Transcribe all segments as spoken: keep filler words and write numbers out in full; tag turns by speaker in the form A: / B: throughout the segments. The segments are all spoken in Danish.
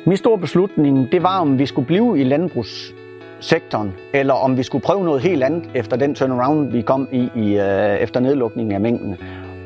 A: Min store beslutning, det var, om vi skulle blive i landbrugssektoren, eller om vi skulle prøve noget helt andet efter den turnaround, vi kom i, i øh, efter nedlukningen af mængden.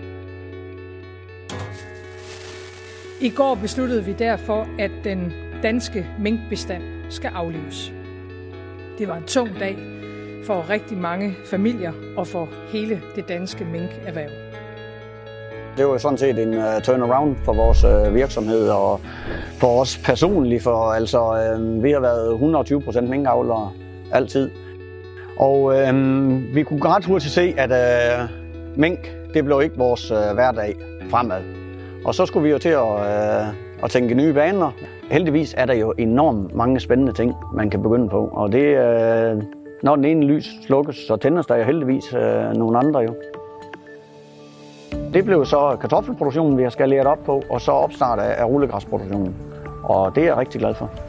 B: I går besluttede vi derfor, at den danske minkbestand skal aflives. Det var en tung dag for rigtig mange familier og for hele det danske minkerhverv.
A: Det var jo sådan set en uh, turnaround for vores uh, virksomhed og for os personligt, for altså uh, vi har været hundrede og tyve procent minkavlere altid. Og uh, vi kunne ret hurtigt se, at uh, mink, det blev ikke vores uh, hverdag fremad. Og så skulle vi jo til at, uh, at tænke nye baner. Heldigvis er der jo enormt mange spændende ting, man kan begynde på. Og det, uh, når den ene lys slukkes, så tændes der jo heldigvis uh, nogle andre jo. Det blev så kartoffelproduktionen, vi har skaleret op på, og så opstart af rullegræsproduktionen. Og det er jeg rigtig glad for.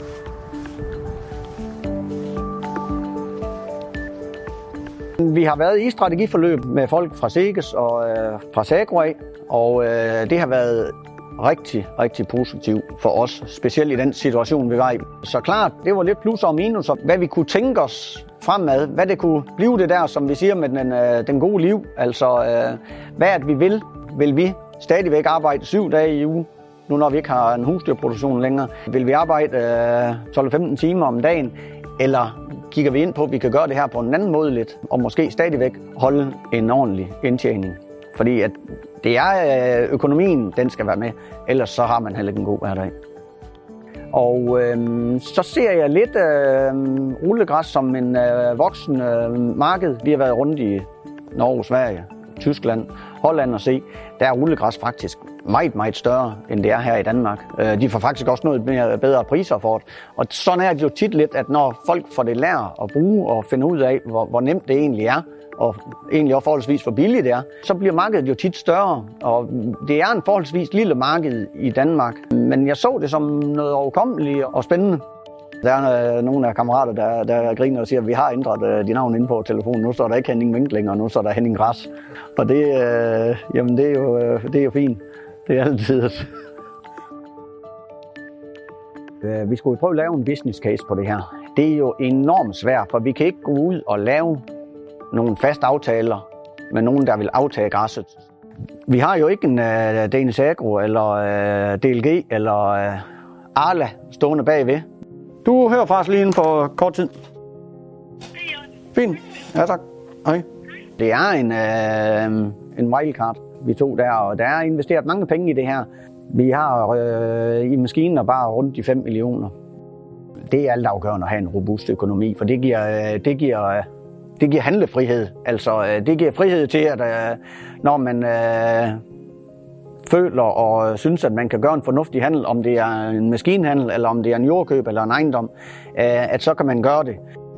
A: Vi har været i strategiforløb med folk fra Seges og øh, fra Sagro af, og øh, det har været rigtig, rigtig positivt for os, specielt i den situation, vi var i. Så klart, det var lidt plus og minus, hvad vi kunne tænke os fremad, hvad det kunne blive det der, som vi siger med den, øh, den gode liv. Altså, øh, hvad at vi vil, vil vi stadigvæk arbejde syv dage i uge, nu når vi ikke har en husdyrproduktion længere. Vil vi arbejde øh, tolv til femten timer om dagen, eller kigger vi ind på, at vi kan gøre det her på en anden måde lidt, og måske stadigvæk holde en ordentlig indtjening. Fordi at det er øh, økonomien, den skal være med, ellers så har man heller ikke en god hverdag. Og øh, så ser jeg lidt øh, rullegræs som en øh, voksen øh, marked. Vi har været rundt i Norge, Sverige, Tyskland, Holland og se. Der er rullegræs faktisk meget, meget større, end det er her i Danmark. Øh, de får faktisk også noget mere, bedre priser for det. Og sådan er det jo tit lidt, at når folk får det lært at bruge og finde ud af, hvor, hvor nemt det egentlig er, og egentlig også forholdsvis for billigt det er, så bliver markedet jo tit større. Og det er en forholdsvis lille marked i Danmark, men jeg så det som noget overkommeligt og spændende. Der er øh, nogle af kammerater, der, der griner og siger, at vi har ændret øh, de navn inde på telefonen. Nu står der ikke Henning Mink længere, nu står der Henning Græs. Og det, øh, jamen det, er jo, øh, det er jo fint. Det er altid. Vi skulle prøve at lave en business case på det her. Det er jo enormt svært, for vi kan ikke gå ud og lave nogle faste aftaler med nogen, der vil aftage græsset. Vi har jo ikke en uh, Danish Agro eller uh, D L G eller uh, Arla stående bagved. Du hører fra os lige inden for kort tid. Fint. Ja, tak. Hej. Det er en, uh, en wildcard, vi tog der, og der er investeret mange penge i det her. Vi har uh, i maskiner bare rundt de fem millioner. Det er altafgørende at have en robust økonomi, for det giver, det giver Det giver handlefrihed. Altså, det giver frihed til, at når man øh, føler og synes, at man kan gøre en fornuftig handel, om det er en maskinhandel, eller om det er en jordkøb eller en ejendom, øh, at så kan man gøre det.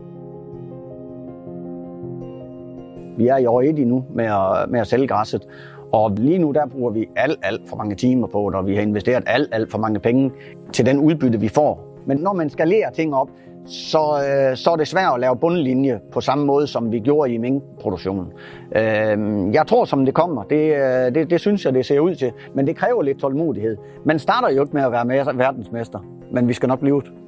A: Vi er i år et nu med at, med at sælge græsset, og lige nu der bruger vi alt, alt for mange timer på det, og vi har investeret alt, alt for mange penge til den udbytte, vi får. Men når man skalerer ting op, Så, øh, så er det svært at lave bundlinje på samme måde, som vi gjorde i minkproduktionen. Øh, jeg tror, som det kommer. Det, det, det synes jeg, det ser ud til. Men det kræver lidt tålmodighed. Man starter jo ikke med at være verdensmester, men vi skal nok blive det.